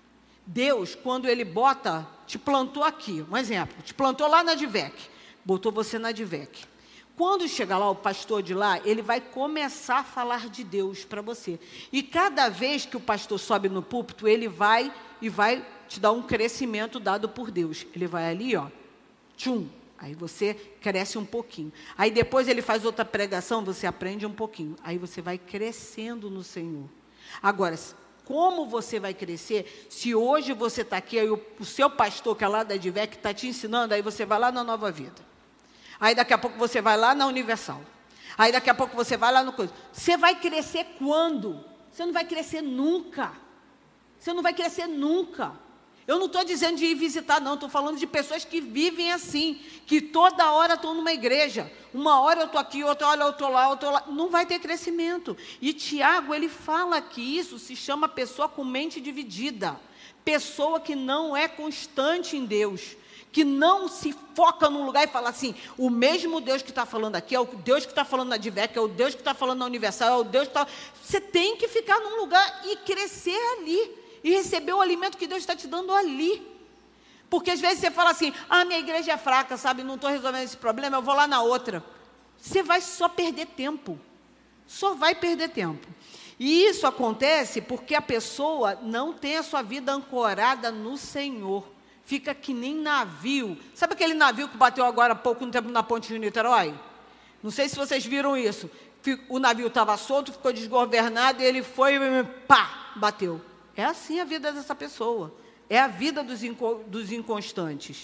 Deus, quando Ele te plantou aqui, um exemplo, te plantou lá na Divec, botou você na Divec. Quando chegar lá o pastor de lá, ele vai começar a falar de Deus para você. E cada vez que o pastor sobe no púlpito, ele vai te dar um crescimento dado por Deus. Ele vai ali, ó, tchum, aí você cresce um pouquinho. Aí depois ele faz outra pregação, você aprende um pouquinho. Aí você vai crescendo no Senhor. Agora, como você vai crescer se hoje você está aqui, aí o seu pastor, que é lá da Divec, está te ensinando, aí você vai lá na Nova Vida. Aí daqui a pouco você vai lá na Universal. Aí daqui a pouco você vai lá no coisa. Você vai crescer quando? Você não vai crescer nunca. Você não vai crescer nunca. Eu não estou dizendo de ir visitar, não. Estou falando de pessoas que vivem assim. Que toda hora estão numa igreja. Uma hora eu estou aqui, outra hora eu estou lá, outra lá. Não vai ter crescimento. E Tiago, ele fala que isso se chama pessoa com mente dividida. Pessoa que não é constante em Deus. Que não se foca num lugar e fala assim, o mesmo Deus que está falando aqui, é o Deus que está falando na Divec, é o Deus que está falando na Universal, é o Deus que está... Você tem que ficar num lugar e crescer ali, e receber o alimento que Deus está te dando ali. Porque às vezes você fala assim, minha igreja é fraca, sabe, não estou resolvendo esse problema, eu vou lá na outra. Você vai só perder tempo, só vai perder tempo. E isso acontece porque a pessoa não tem a sua vida ancorada no Senhor. Fica que nem navio. Sabe aquele navio que bateu agora há pouco tempo na ponte de Niterói? Não sei se vocês viram isso. O navio estava solto, ficou desgovernado, e ele foi, pá, bateu. É assim a vida dessa pessoa. É a vida dos inconstantes.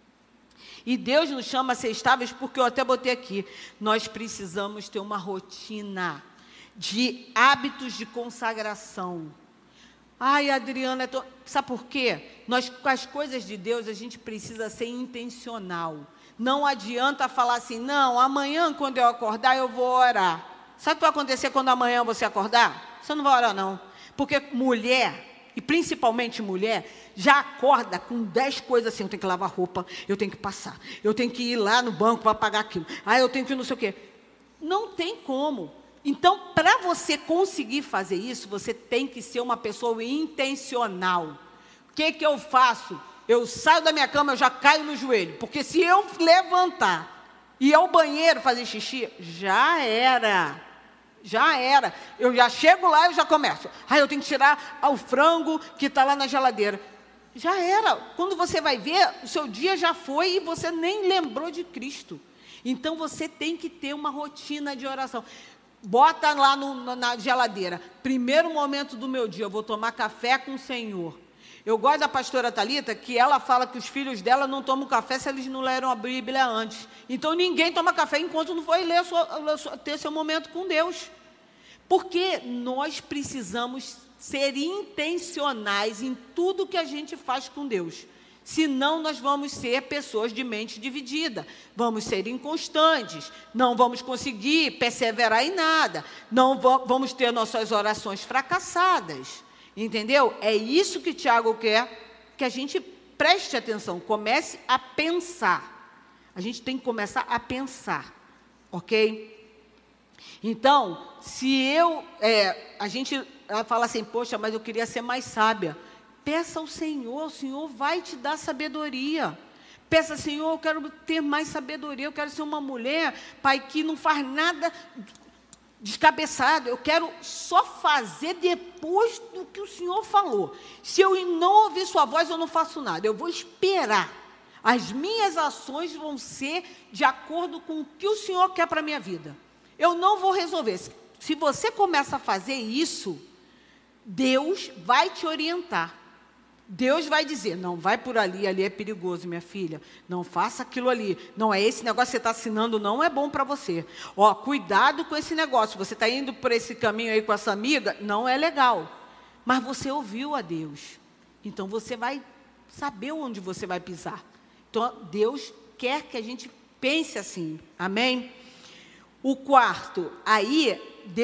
E Deus nos chama a ser estáveis porque eu até botei aqui. Nós precisamos ter uma rotina de hábitos de consagração. Ai, Adriana, sabe por quê? Nós, com as coisas de Deus, a gente precisa ser intencional. Não adianta falar assim, não, amanhã quando eu acordar eu vou orar. Sabe o que vai acontecer quando amanhã você acordar? Você não vai orar não. Porque mulher, e principalmente mulher, já acorda com 10 coisas assim, eu tenho que lavar roupa, eu tenho que passar, eu tenho que ir lá no banco para pagar aquilo, eu tenho que ir não sei o quê. Não tem como. Então, para você conseguir fazer isso, você tem que ser uma pessoa intencional. O que que eu faço? Eu saio da minha cama, eu já caio no joelho, porque se eu levantar e ir ao banheiro fazer xixi, já era. Já era. Eu já chego lá e eu já começo. Eu tenho que tirar o frango que está lá na geladeira. Já era. Quando você vai ver, o seu dia já foi e você nem lembrou de Cristo. Então, você tem que ter uma rotina de oração. Bota lá na geladeira. Primeiro momento do meu dia, eu vou tomar café com o Senhor. Eu gosto da pastora Thalita, que ela fala que os filhos dela não tomam café se eles não leram a Bíblia antes. Então, ninguém toma café enquanto não foi ter seu momento com Deus. Porque nós precisamos ser intencionais em tudo que a gente faz com Deus. Senão, nós vamos ser pessoas de mente dividida. Vamos ser inconstantes. Não vamos conseguir perseverar em nada. Não vamos ter nossas orações fracassadas. Entendeu? É isso que Tiago quer, que a gente preste atenção, comece a pensar. A gente tem que começar a pensar, ok? Então, se a gente fala assim, poxa, mas eu queria ser mais sábia. Peça ao Senhor, o Senhor vai te dar sabedoria. Peça, Senhor, eu quero ter mais sabedoria, eu quero ser uma mulher, pai, que não faz nada descabeçado, eu quero só fazer depois do que o Senhor falou. Se eu não ouvir sua voz, eu não faço nada, eu vou esperar. As minhas ações vão ser de acordo com o que o Senhor quer para a minha vida. Eu não vou resolver. Se você começa a fazer isso, Deus vai te orientar. Deus vai dizer, não, vai por ali, ali é perigoso, minha filha. Não faça aquilo ali. Não, esse negócio que você está assinando não é bom para você. Cuidado com esse negócio. Você está indo por esse caminho aí com essa amiga, não é legal. Mas você ouviu a Deus. Então, você vai saber onde você vai pisar. Então, Deus quer que a gente pense assim. Amém? O quarto, aí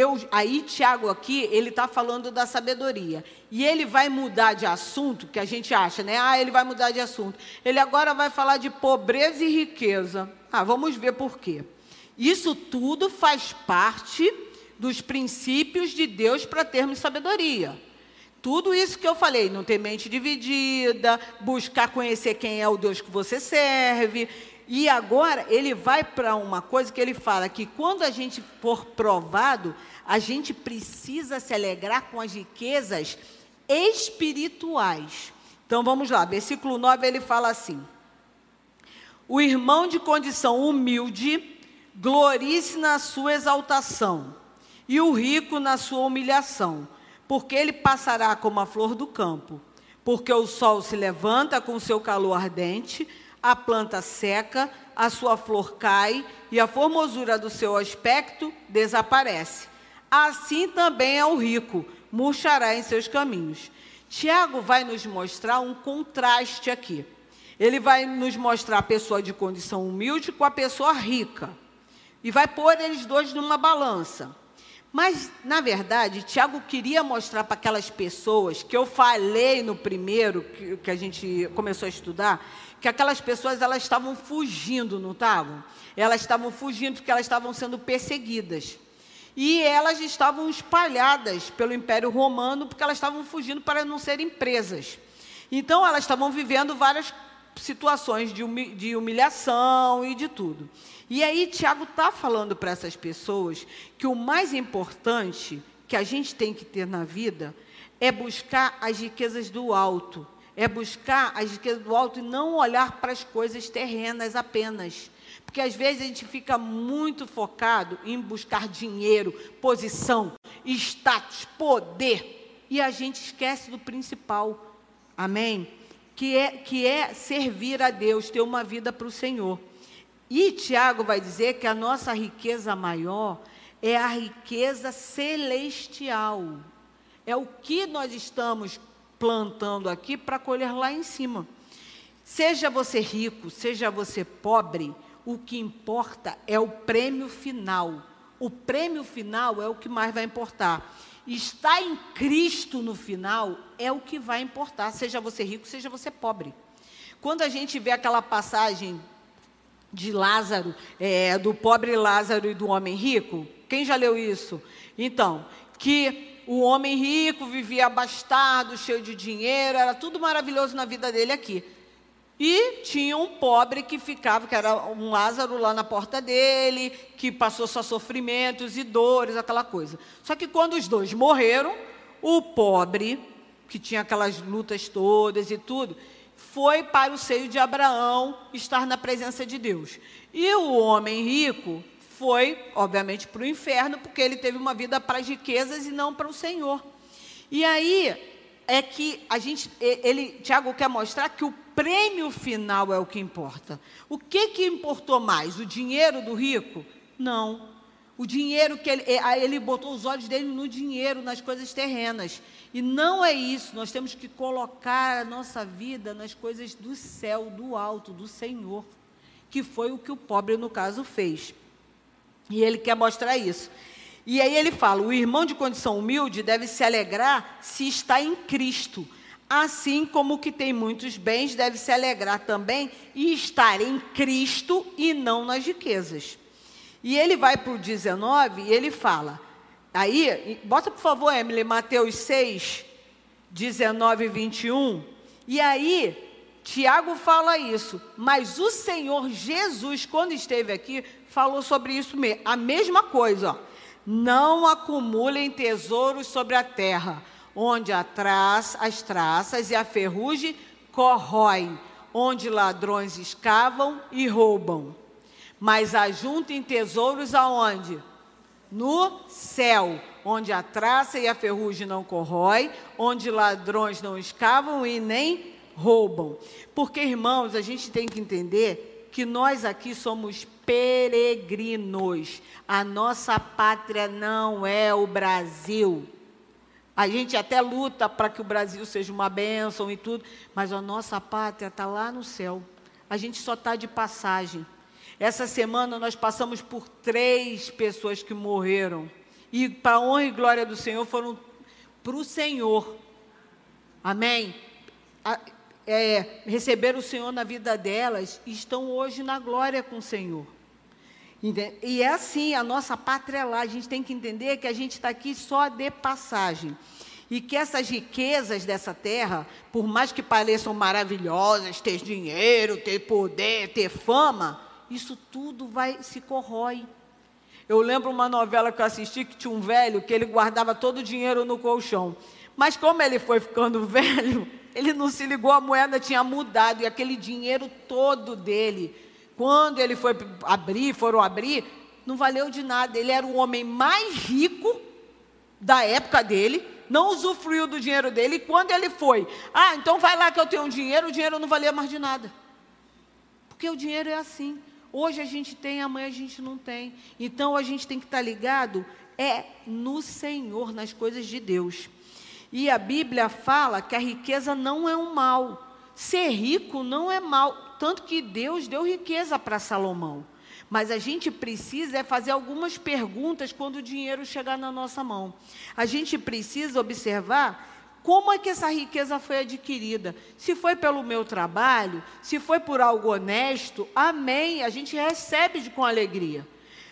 Tiago aqui, ele está falando da sabedoria. E ele vai mudar de assunto, que a gente acha, né? Ele vai mudar de assunto. Ele agora vai falar de pobreza e riqueza. Vamos ver por quê. Isso tudo faz parte dos princípios de Deus para termos sabedoria. Tudo isso que eu falei, não ter mente dividida, buscar conhecer quem é o Deus que você serve. E agora ele vai para uma coisa que ele fala, que quando a gente for provado, a gente precisa se alegrar com as riquezas espirituais. Então vamos lá, versículo 9 ele fala assim: o irmão de condição humilde glorie-se na sua exaltação, e o rico na sua humilhação, porque ele passará como a flor do campo, porque o sol se levanta com seu calor ardente, a planta seca, a sua flor cai, e a formosura do seu aspecto desaparece. Assim também é o rico, murchará em seus caminhos. Tiago vai nos mostrar um contraste aqui. Ele vai nos mostrar a pessoa de condição humilde com a pessoa rica. E vai pôr eles dois numa balança. Mas, na verdade, Tiago queria mostrar para aquelas pessoas, que eu falei no primeiro, que a gente começou a estudar, que aquelas pessoas, elas estavam fugindo, não estavam? Elas estavam fugindo porque elas estavam sendo perseguidas. E elas estavam espalhadas pelo Império Romano, porque elas estavam fugindo para não serem presas. Então, elas estavam vivendo várias situações de humilhação e de tudo. E aí, Tiago está falando para essas pessoas que o mais importante que a gente tem que ter na vida é buscar as riquezas do alto. É buscar as riquezas do alto e não olhar para as coisas terrenas apenas. Porque, às vezes, a gente fica muito focado em buscar dinheiro, posição, status, poder. E a gente esquece do principal. Amém? Que é servir a Deus, ter uma vida para o Senhor. E Tiago vai dizer que a nossa riqueza maior é a riqueza celestial. É o que nós estamos plantando aqui para colher lá em cima. Seja você rico, seja você pobre, o que importa é o prêmio final. O prêmio final é o que mais vai importar. Estar em Cristo no final é o que vai importar, seja você rico, seja você pobre. Quando a gente vê aquela passagem de Lázaro, do pobre Lázaro e do homem rico, quem já leu isso? Então, que o homem rico vivia abastado, cheio de dinheiro, era tudo maravilhoso na vida dele aqui. E tinha um pobre que ficava, que era um Lázaro lá na porta dele, que passou só sofrimentos e dores, aquela coisa. Só que quando os dois morreram, o pobre, que tinha aquelas lutas todas e tudo, foi para o seio de Abraão estar na presença de Deus. E o homem rico foi, obviamente, para o inferno, porque ele teve uma vida para as riquezas e não para o Senhor. E aí é que Tiago quer mostrar que o prêmio final é o que importa. O que importou mais? O dinheiro do rico? Não. O dinheiro que ele botou os olhos dele no dinheiro, nas coisas terrenas. E não é isso. Nós temos que colocar a nossa vida nas coisas do céu, do alto, do Senhor, que foi o que o pobre, no caso, fez. E ele quer mostrar isso. E aí ele fala, o irmão de condição humilde deve se alegrar se está em Cristo, assim como o que tem muitos bens deve se alegrar também e estar em Cristo e não nas riquezas. E ele vai para o 19 e ele fala, aí, bota por favor, Emily, Mateus 6, 19 e 21, e aí, Tiago fala isso, mas o Senhor Jesus, quando esteve aqui, falou sobre isso mesmo, a mesma coisa, ó. Não acumulem tesouros sobre a terra, onde as traças e a ferrugem corroem, onde ladrões escavam e roubam. Mas ajuntem tesouros aonde? No céu, onde a traça e a ferrugem não corrói, onde ladrões não escavam e nem roubam. Porque, irmãos, a gente tem que entender que nós aqui somos peregrinos. A nossa pátria não é o Brasil. A gente até luta para que o Brasil seja uma bênção e tudo, mas a nossa pátria está lá no céu. A gente só está de passagem. Essa semana nós passamos por 3 pessoas que morreram. E para a honra e glória do Senhor, foram para o Senhor. Amém? Receberam o Senhor na vida delas e estão hoje na glória com o Senhor. E é assim, a nossa pátria é lá. A gente tem que entender que a gente está aqui só de passagem. E que essas riquezas dessa terra, por mais que pareçam maravilhosas, ter dinheiro, ter poder, ter fama, isso tudo se corrói. Eu lembro uma novela que eu assisti que tinha um velho que ele guardava todo o dinheiro no colchão. Mas como ele foi ficando velho, ele não se ligou, a moeda tinha mudado e aquele dinheiro todo dele, quando ele foram abrir, não valeu de nada. Ele era o homem mais rico da época dele, não usufruiu do dinheiro dele, e quando ele foi, então vai lá que eu tenho dinheiro, o dinheiro não valia mais de nada. Porque o dinheiro é assim. Hoje a gente tem, amanhã a gente não tem. Então a gente tem que estar ligado no Senhor, nas coisas de Deus. E a Bíblia fala que a riqueza não é um mal. Ser rico não é mal. Tanto que Deus deu riqueza para Salomão. Mas a gente precisa fazer algumas perguntas quando o dinheiro chegar na nossa mão. A gente precisa observar como é que essa riqueza foi adquirida. Se foi pelo meu trabalho, se foi por algo honesto, amém, a gente recebe com alegria.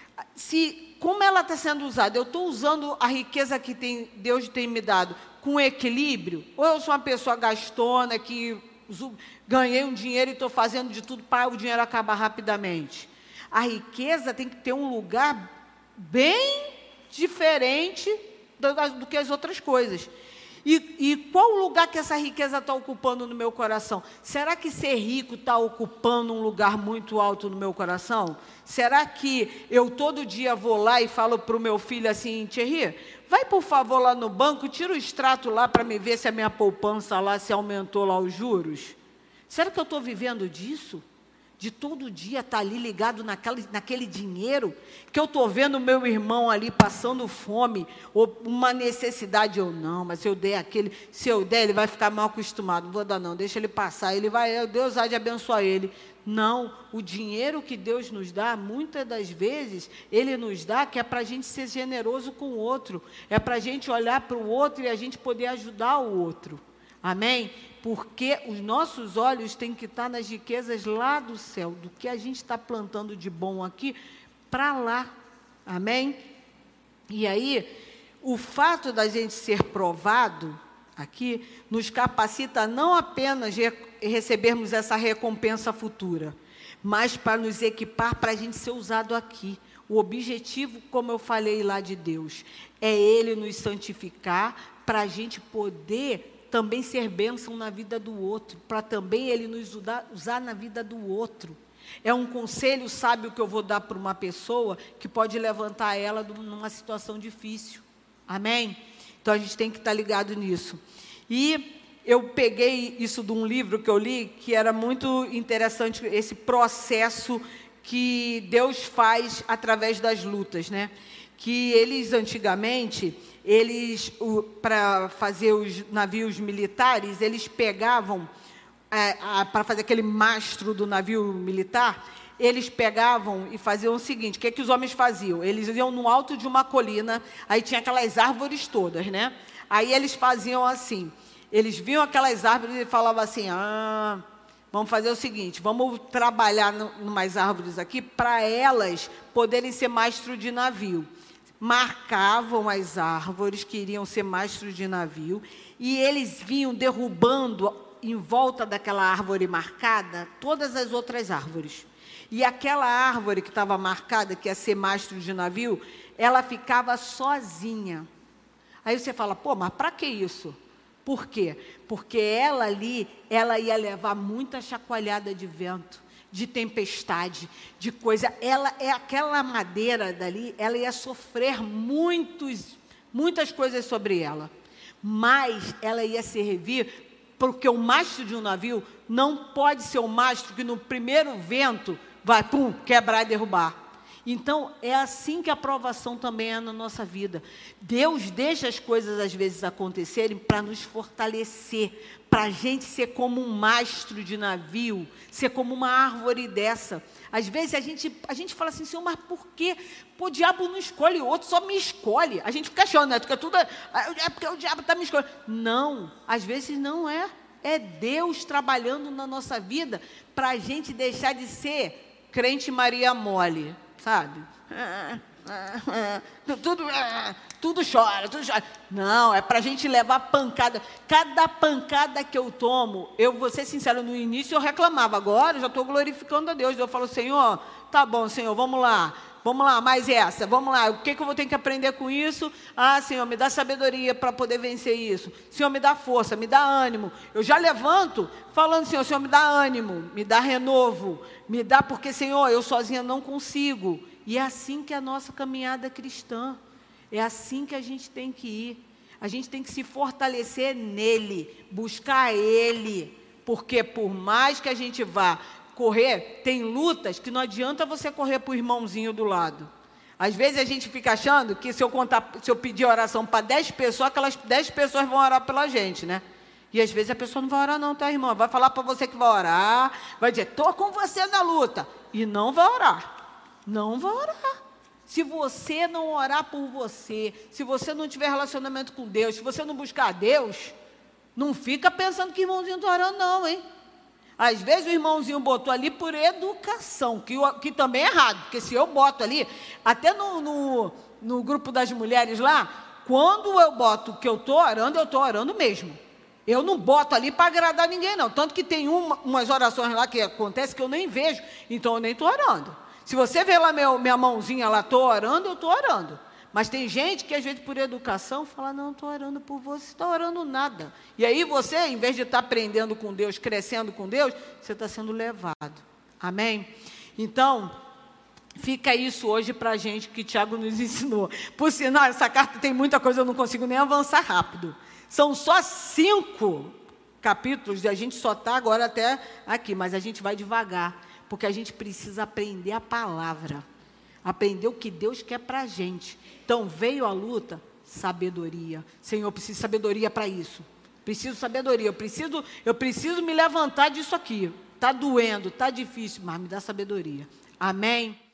Como ela está sendo usada, eu estou usando a riqueza que Deus tem me dado com equilíbrio? Ou eu sou uma pessoa gastona, que ganhei um dinheiro e estou fazendo de tudo para o dinheiro acabar rapidamente? A riqueza tem que ter um lugar bem diferente do que as outras coisas. E qual o lugar que essa riqueza está ocupando no meu coração? Será que ser rico está ocupando um lugar muito alto no meu coração? Será que eu todo dia vou lá e falo para o meu filho assim, Thierry, vai por favor lá no banco, tira o extrato lá para me ver se a minha poupança lá, se aumentou lá os juros? Será que eu estou vivendo disso? De todo dia estar ali ligado naquele dinheiro, que eu estou vendo o meu irmão ali passando fome, ou uma necessidade, ou não, mas se eu der, ele vai ficar mal acostumado, não vou dar não, deixa ele passar, Deus há de abençoar ele. Não, o dinheiro que Deus nos dá, muitas das vezes, Ele nos dá que é para a gente ser generoso com o outro, é para a gente olhar para o outro e a gente poder ajudar o outro. Amém? Porque os nossos olhos têm que estar nas riquezas lá do céu, do que a gente está plantando de bom aqui, para lá. Amém? E aí, o fato da gente ser provado aqui nos capacita a não apenas recebermos essa recompensa futura, mas para nos equipar para a gente ser usado aqui. O objetivo, como eu falei lá de Deus, é Ele nos santificar para a gente poder também ser bênção na vida do outro, para também Ele nos usar na vida do outro. É um conselho sábio que eu vou dar para uma pessoa que pode levantar ela numa situação difícil. Amém? Então, a gente tem que estar ligado nisso. E eu peguei isso de um livro que eu li, que era muito interessante, esse processo que Deus faz através das lutas, né? Que eles, antigamente, para fazer os navios militares, eles pegavam, para fazer aquele mastro do navio militar, eles pegavam e faziam o seguinte: o que os homens faziam? Eles iam no alto de uma colina, aí tinha aquelas árvores todas, né? Aí eles faziam assim, eles viam aquelas árvores e falavam assim: vamos fazer o seguinte, vamos trabalhar em umas árvores aqui para elas poderem ser mastro de navio. Marcavam as árvores que iriam ser mastro de navio e eles vinham derrubando em volta daquela árvore marcada todas as outras árvores. E aquela árvore que estava marcada, que ia ser mastro de navio, ela ficava sozinha. Aí você fala: pô, mas para que isso? Por quê? Porque ela ali, ela ia levar muita chacoalhada de vento, de tempestade, de coisa. Aquela madeira dali, ela ia sofrer muitas coisas sobre ela. Mas ela ia servir, porque o mastro de um navio não pode ser um mastro que no primeiro vento vai, quebrar e derrubar. Então, é assim que a provação também é na nossa vida. Deus deixa as coisas, às vezes, acontecerem para nos fortalecer, para a gente ser como um mastro de navio, ser como uma árvore dessa. Às vezes, a gente fala assim: Senhor, mas por quê? Pô, o diabo não escolhe outro, só me escolhe. A gente fica achando, né? Porque porque o diabo está me escolhendo. Não, às vezes não é. É Deus trabalhando na nossa vida para a gente deixar de ser crente Maria Mole, sabe? Tudo chora, tudo chora. Não, é para a gente levar pancada. Cada pancada que eu tomo, eu vou ser sincero, no início eu reclamava, agora eu já estou glorificando a Deus. Eu falo: Senhor, tá bom, Senhor, vamos lá, mais essa, vamos lá, o que eu vou ter que aprender com isso? Senhor, me dá sabedoria para poder vencer isso. Senhor, me dá força, me dá ânimo. Eu já levanto falando: Senhor, me dá ânimo, me dá renovo, me dá, porque, Senhor, eu sozinha não consigo. E é assim que é a nossa caminhada cristã, é assim que a gente tem que ir. A gente tem que se fortalecer nele, buscar ele, porque por mais que a gente vá correr, tem lutas que não adianta você correr para o irmãozinho do lado. Às vezes a gente fica achando que se eu pedir oração para 10 pessoas, aquelas 10 pessoas vão orar pela gente, né? E às vezes a pessoa não vai orar não, tá, irmã? Vai falar para você que vai orar, vai dizer: estou com você na luta, e não vai orar. Não vai orar. Se você não orar por você, se você não tiver relacionamento com Deus, se você não buscar a Deus, não fica pensando que o irmãozinho está orando não, hein? Às vezes o irmãozinho botou ali por educação, que também é errado, porque se eu boto ali, até no grupo das mulheres lá, quando eu boto que eu estou orando mesmo. Eu não boto ali para agradar ninguém não, tanto que tem umas orações lá que acontece que eu nem vejo, então eu nem estou orando. Se você vê lá minha mãozinha lá, estou orando, eu estou orando. Mas tem gente que, às vezes, por educação, fala: não, estou orando por você, está orando nada. E aí você, em vez de estar aprendendo com Deus, crescendo com Deus, você está sendo levado. Amém? Então, fica isso hoje para a gente que Tiago nos ensinou. Por sinal, essa carta tem muita coisa, eu não consigo nem avançar rápido. São só 5 capítulos, e a gente só está agora até aqui, mas a gente vai devagar, porque a gente precisa aprender a palavra, aprender o que Deus quer para a gente. Então, veio a luta, sabedoria. Senhor, eu preciso de sabedoria para isso. Preciso de sabedoria, eu preciso me levantar disso aqui. Está doendo, está difícil, mas me dá sabedoria. Amém?